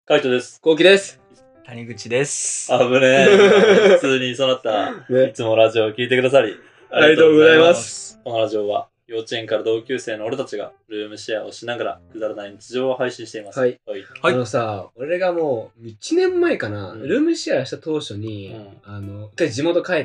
カイトです。 コウキです。 谷口です。 危ねえ。普通にそなた、 ね、 いつもラジオを聞いてくださり、 ありがとうございます。 このラジオは、幼稚園から同級生の俺たちが、ルームシェアをしながら、くだらない日常を配信しています。 はい。 はい。 さ、俺がもう、1年前かな、ルームシェアした当初に、地元帰って、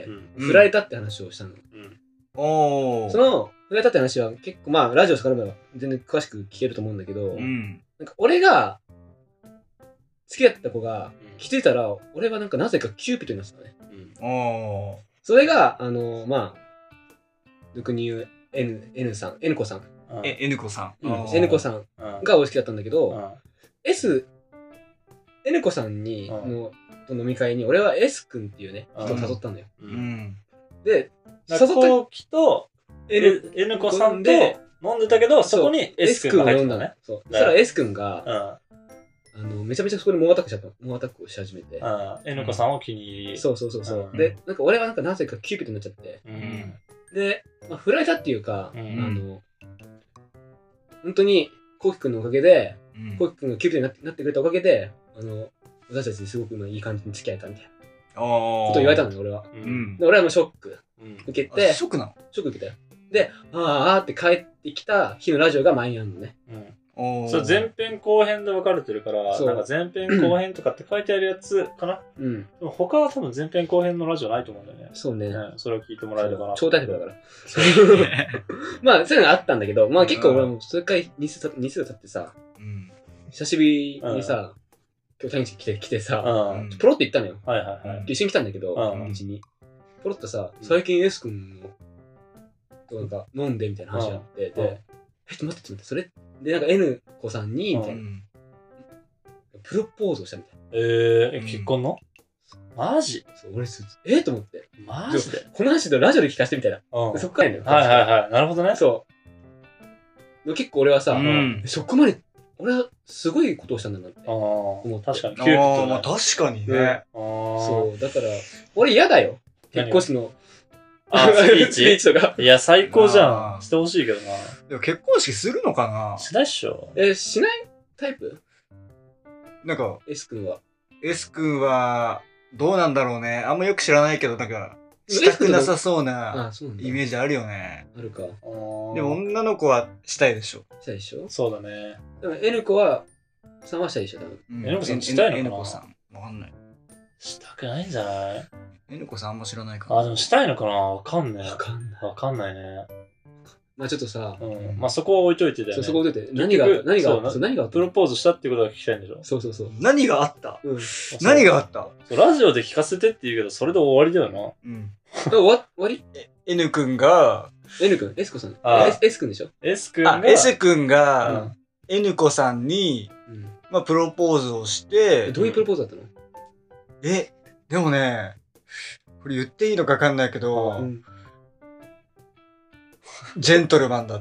振られたって話をしたの。 おー。 その、振られたって話は結構、まあ、ラジオ遡れば全然詳しく聞けると思うんだけど、なんか俺が、好きだった子が、気づいたら、俺はなぜかキューピッドになってたのね。それが、まあ、俗に言う N さん、N 子さん。 N 子さん。 N 子さんがお好きだったんだけど、N 子さんに、と飲み会に、俺は S 君っていうね、人を誘ったんだよ。で、 誘ったコウキと N 子さんで飲んでたけど、そこに S 君が入ってたね。 そしたら S 君が、めちゃめちゃそこで猛アタックをし始めて。 N 子さんを気に入り。 そう。で、俺はなぜかキューピッドになっちゃって。で、振られたっていうか、本当に、コウキ君のおかげで、コウキ君がキューピッドになってくれたおかげで、私たちすごくいい感じに付き合えたみたいなことを言われたのね、俺は。で、俺はもうショック受けて、 ショック受けたよ。で、って帰ってきた日のラジオが前にあるのね。 それ前編後編で分かれてるから、なんか前編後編とかって書いてあるやつかな。でも他は多分前編後編のラジオないと思うんだよね。 そうね。 それを聞いてもらえればな。 超大変だから。まあ、そういうのがあったんだけど、まあ結構俺もそれから日数経ってさ、久しぶりにさ、今日谷口来てさ、ポロって言ったのよ。一緒に来たんだけど、うちに。ポロっとさ、最近 S 君となんか飲んでみたいな話があって、で、ちょっと待って、それで、N 子さんに、みたいな。プロポーズをしたみたいな。 結婚のマジそう、俺、と思って。 マジでこの話でラジオで聞かせてみたいな。そっからね。 なるほどね。 そう。結構俺はさ、そこまで、俺はすごいことをしたんだなって思って。 確かに。キューピッド。 まあ確かにね。 そう、だから、俺嫌だよ。結婚式の。 スピーチとか。いや、最高じゃん。してほしいけどな。 でも結婚式するのかな？ しないっしょ。 しないタイプ？ なんか、 S 君は。 S 君は、どうなんだろうね。あんまよく知らないけど、したくなさそうなイメージあるよね。 あるか。でも女の子はしたいでしょ。 したいでしょ？ そうだね。 でも N 子は、さんはしたいでしょ、多分。 N 子さんしたいのかな？ N 子さん。わかんない。 したくないんじゃない？ N 子さんあんま知らないかな。 でもしたいのかな？わかんない。わかんないね。 まあちょっとさ、 まあそこは置いといてだよね。 そこ置いといて。何がプロポーズしたってことが聞きたいんでしょ？ そう。 何があった何があった？ ラジオで聞かせてって言うけど、それで終わりだよな。 終わり？ N 君が、 N 君、S 子さん。S 君でしょ？ S 君が、N 子さんに、まあプロポーズをして、 どういうプロポーズだったの？ でもね、これ言っていいのか分かんないけど、ジェントルマンだった。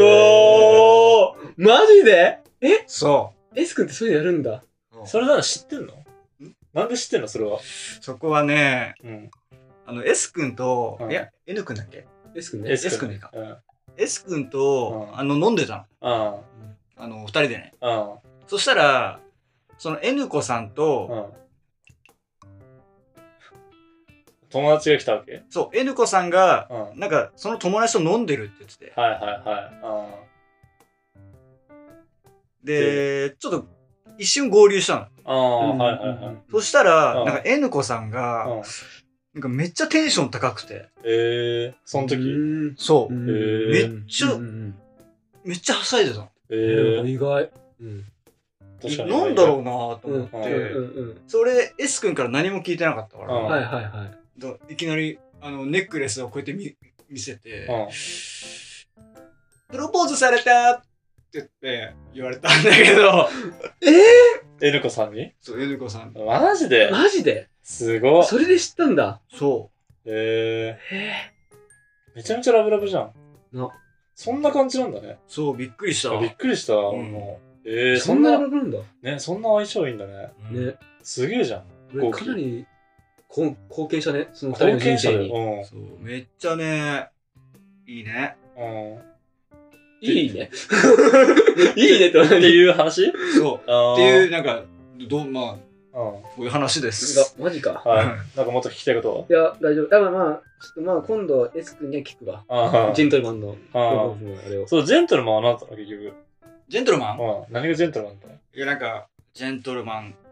マジで？ そう。 S 君ってそういうのやるんだ。 それなら知ってんの？なんで知ってんのそれは。 そこはね、S 君と、N 君だっけ？ S 君ね。 S 君でか。S 君と、飲んでたの。二人でね。そしたら、その N 子さんと、 友達が来たわけ？ そう、N 子さんが、その友達と飲んでるって言ってて。で、ちょっと、一瞬合流したの。そしたら、N 子さんが、めっちゃテンション高くて。 その時？ そう。めっちゃはしゃいでたの。 意外。 なんだろうなと思って、それ S 君から何も聞いてなかったから、いきなりネックレスをこうやって見せて、プロポーズされたって言われたんだけど、 N 子さんに？ そう、N 子さん。 マジで？すごい。 それで知ったんだ。 そう。 めちゃめちゃラブラブじゃん。そんな感じなんだね。 そう、びっくりした。 びっくりした。 そんなラブラブなんだ。 ね、そんな相性いいんだね。 ね。 すげえじゃん。 かなり貢献したね、その二人の人生に。 そう、めっちゃね、いいね。 いいね。いいねと。 っていう話？ そう。っていう、なんか、まあ、こういう話です。 マジか。 はい。なんかもっと聞きたいことは？ いや、大丈夫。まあ、ちょっとまあ、今度、S 君には聞くわ。ジェントルマンの。 そう、ジェントルマンは何だったの結局。 ジェントルマン？ 何がジェントルマンだったの？ いや、なんか、ジェントルマンよ。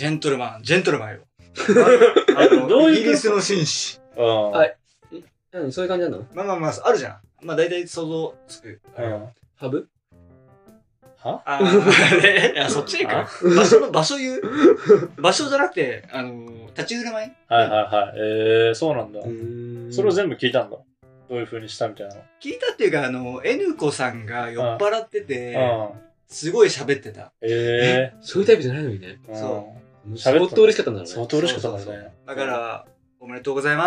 イギリスの紳士。 はい。そういう感じなの？ まあ、あるじゃん。まあ、大体想像つく。 ハブ？ は？いや、そっちに行く？場所言う？場所じゃなくて、立ち振る舞い？ はいはいはい。そうなんだ。それを全部聞いたんだ。どういう風にしたみたいなの。 聞いたっていうか、N 子さんが酔っ払ってて、すごい喋ってた。 そういうタイプじゃないのにね。 そう。 相当嬉しかったんだろうね。 相当嬉しかったんだね。 だから、おめでとうございます。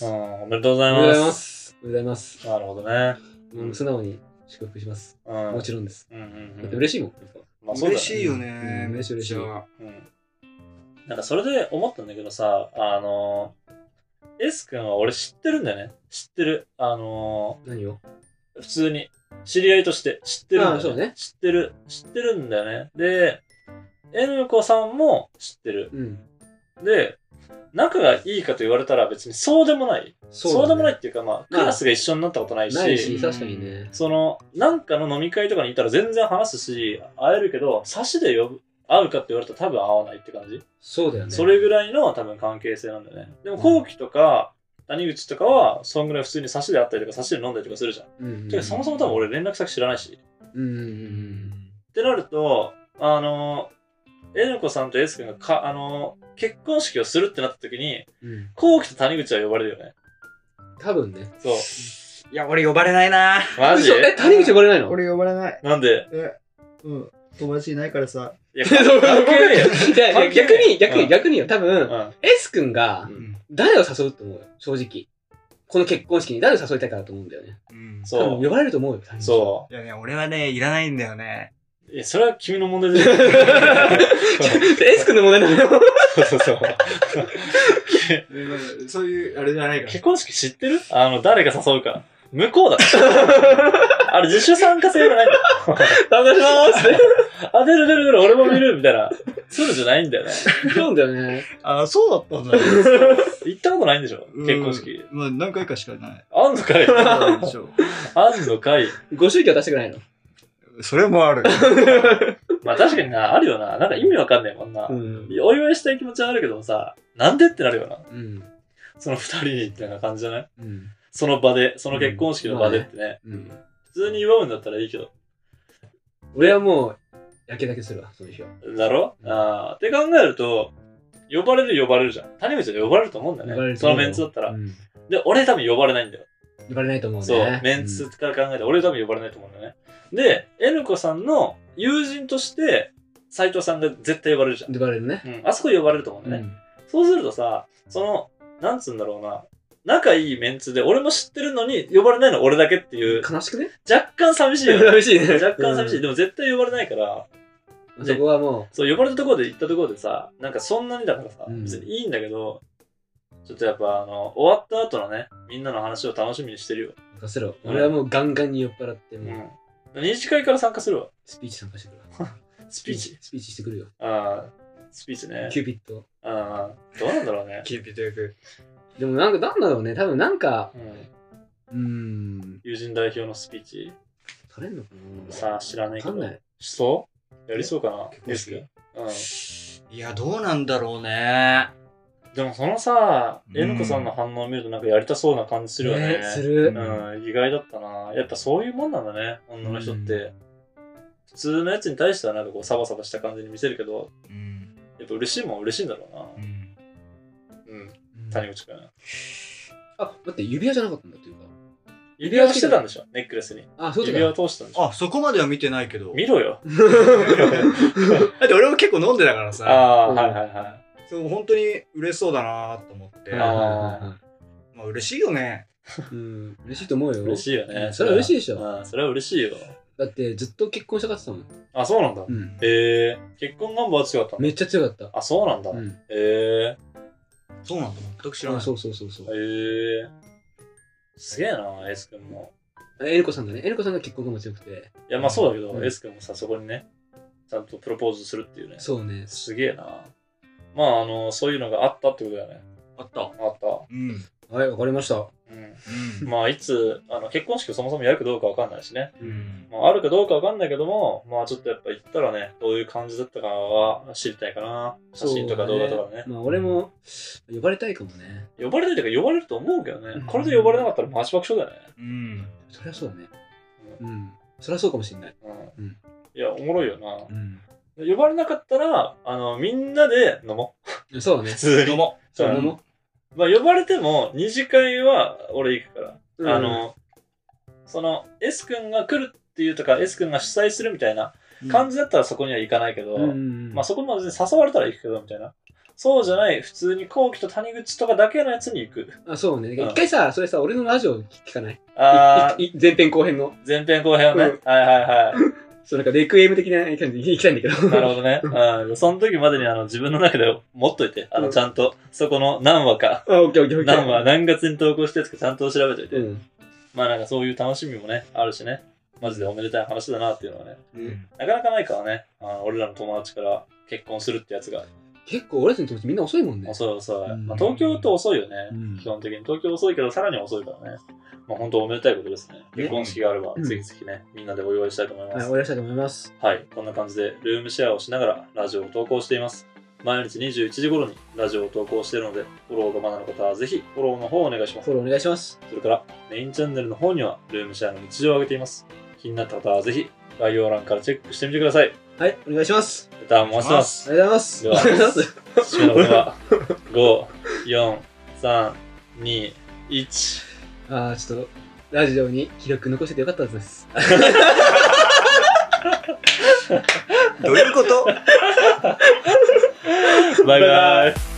おめでとうございます。 おめでとうございます。 なるほどね。 素直に祝福します。もちろんです。だって嬉しいもん。 嬉しいよね。 嬉しい嬉しい。 なんかそれで思ったんだけどさ、S 君は俺知ってるんだよね。知ってる。何を？ 普通に。知り合いとして知ってるんだよね。 そうね。 知ってるんだよね。で、N 子さんも知ってる。で、仲がいいかと言われたら別にそうでもない。そうでもないっていうか、まあ、クラスが一緒になったことないし。 ないし、確かにね。 なんかの飲み会とかにいたら全然話すし、会えるけど、差しで会うかって言われたら多分会わないって感じ。 そうだよね。 それぐらいの多分関係性なんだよね。でも、後期とか、谷口とかは、そんぐらい普通に差しで会ったりとか、差しで飲んだりとかするじゃん。てか、そもそも多分俺連絡先知らないし。ってなると、N 子さんと S 君が結婚式をするってなった時に、後期と谷口は呼ばれるよね。 多分ね。 そう。 いや、俺呼ばれないな。 マジ？ 谷口呼ばれないの？ 俺呼ばれない。 なんで？ 友達いないからさ。 いや、 逆によ。多分、S 君が誰を誘うと思うよ、正直。この結婚式に誰を誘いたいかなと思うんだよね。そう。呼ばれると思うよ、 そう。いやね、俺はね、いらないんだよね。 いや、それは君の問題で。 S 君の問題なのよ。 そう。 そういう、あれじゃないから。 結婚式知ってる？誰が誘うか。向こうだ。あれ自主参加制じゃないんだよ。 参加しまーす。 出る、俺も見るみたいな。そういうのじゃないんだよね。 そうだよね。 そうだったんだよ。 行ったことないんでしょ？結婚式。 まあ、何回かしかない。 あんのかい？あんのかい？ ご祝儀は出してくれないの？ それもある。 まあ確かにな、あるよな。なんか意味わかんないもんな。お祝いしたい気持ちはあるけどさ、なんでってなるよな。その二人にみたいな感じじゃない？その場で、その結婚式の場でってね。普通に祝うんだったらいいけど。 俺はもう、やけだけするわ、その日は。 だろ？って考えると、呼ばれるじゃん。谷口は呼ばれると思うんだよね。そのメンツだったら。で、俺多分呼ばれないんだよ。 呼ばれないと思うね。 そう、メンツから考えて、俺多分呼ばれないと思うんだよね。で、N 子さんの友人として、斉藤さんが絶対呼ばれるじゃん。 呼ばれるね。 あそこ呼ばれると思うんだよね。そうするとさ、なんつうんだろうな。仲いいメンツで、俺も知ってるのに呼ばれないの俺だけっていう。 悲しくね？ 若干寂しいよね。 寂しいね。 若干寂しい。でも絶対呼ばれないから。 そこはもう。 そう、呼ばれたところで行ったところでさ、なんかそんなにだからさ、別にいいんだけど、ちょっとやっぱ終わった後のね、みんなの話を楽しみにしてるよ。 任せろ。俺はもうガンガンに酔っ払ってもう。 二次会から参加するわ。 スピーチ参加してくるわ。 スピーチしてくるよ。 スピーチね。 キューピッド。 どうなんだろうね。 キューピッド役。 でもなんだろうね。多分なんか、 友人代表のスピーチされんのかな？ さあ、知らないけど。 わかんない。 しそうやりそうかな？ いや、どうなんだろうね。 でもそのさ、N 子さんの反応を見るとなんかやりたそうな感じするよね。 する。 意外だったな。やっぱそういうもんなんだね、女の人って。普通のやつに対してはなんかこうサバサバした感じに見せるけど、やっぱ嬉しいもん嬉しいんだろうな。谷口くん。 待って、指輪じゃなかったんだっていうか。 指輪してたんでしょ、ネックレスに。 そうだ。 指輪通したんでしょ。 そこまでは見てないけど。 見ろよ。 だって俺も結構飲んでたからさ。 はい。 そう、本当に嬉しそうだなと思って。まあ嬉しいよね。 嬉しいと思うよ。 嬉しいよね。 それは嬉しいでしょ。 それは嬉しいよ。 だってずっと結婚したかったもん。 そうなんだ。結婚願望は強かったの？ めっちゃ強かった。 そうなんだ。 そうなんだ。全く知らない。 そう。 すげえな、S 君も。 えりこさんがね、えりこさんが結婚が強くて。 いや、まあそうだけど、エス君もさ、そこにね、ちゃんとプロポーズするっていうね。 そうね。 すげえな。まあ、そういうのがあったってことだよね。 あった。 うん。はい、わかりました。 まあ、いつ、結婚式をそもそもやるかどうかわかんないしね。まあ、あるかどうかわかんないけども、まあ、ちょっとやっぱ行ったらね、どういう感じだったかは知りたいかな。写真とか動画とかね。 まあ、俺も呼ばれたいかもね。 呼ばれたいというか、呼ばれると思うけどね。これで呼ばれなかったらマジ爆笑だよね。そりゃそうだね。そりゃそうかもしんない。 いや、おもろいよな。呼ばれなかったら、みんなで飲もう。そうだね。 普通に。飲もう。飲もう。まあ、呼ばれても、二次会は俺行くから。その、S 君が来るっていうとか、S 君が主催するみたいな感じだったらそこには行かないけど、まあそこまで誘われたら行くけど、みたいな。そうじゃない、普通に後期と谷口とかだけのやつに行く。 あ、そうね。一回さ、それさ、俺のラジオ聞かない前編後編の。 前編後編をね。はいはいはい。 そう、なんかレクイエム的な感じで行きたいんだけど。 なるほどね。その時までに自分の中で持っといて。ちゃんと、そこの何話か。何話、何月に投稿したやつかちゃんと調べといて。まあなんかそういう楽しみもね、あるしね。マジでおめでたい話だなっていうのはね。なかなかないからね。俺らの友達から結婚するってやつが。 結構俺たちの友達みんな遅いもんね。 遅い。まあ東京と遅いよね。基本的に。東京遅いけどさらに遅いからね。まあ本当おめでたいことですね。結婚式があれば、ぜひぜひね、みんなでお祝いしたいと思います。 はい、お祝いしたいと思います。 はい、こんな感じでルームシェアをしながらラジオを投稿しています。毎日21時頃にラジオを投稿しているので、フォローがまだの方はぜひフォローの方をお願いします。 フォローお願いします。 それからメインチャンネルの方にはルームシェアの日常を上げています。気になった方はぜひ概要欄からチェックしてみてください。 はい、お願いします。 レターも待ってます。 ありがとうございます。 では、締めの言葉、5、4、3、2、1。 ちょっと、ラジオに記録残しててよかったです。 どういうこと？ バイバイ。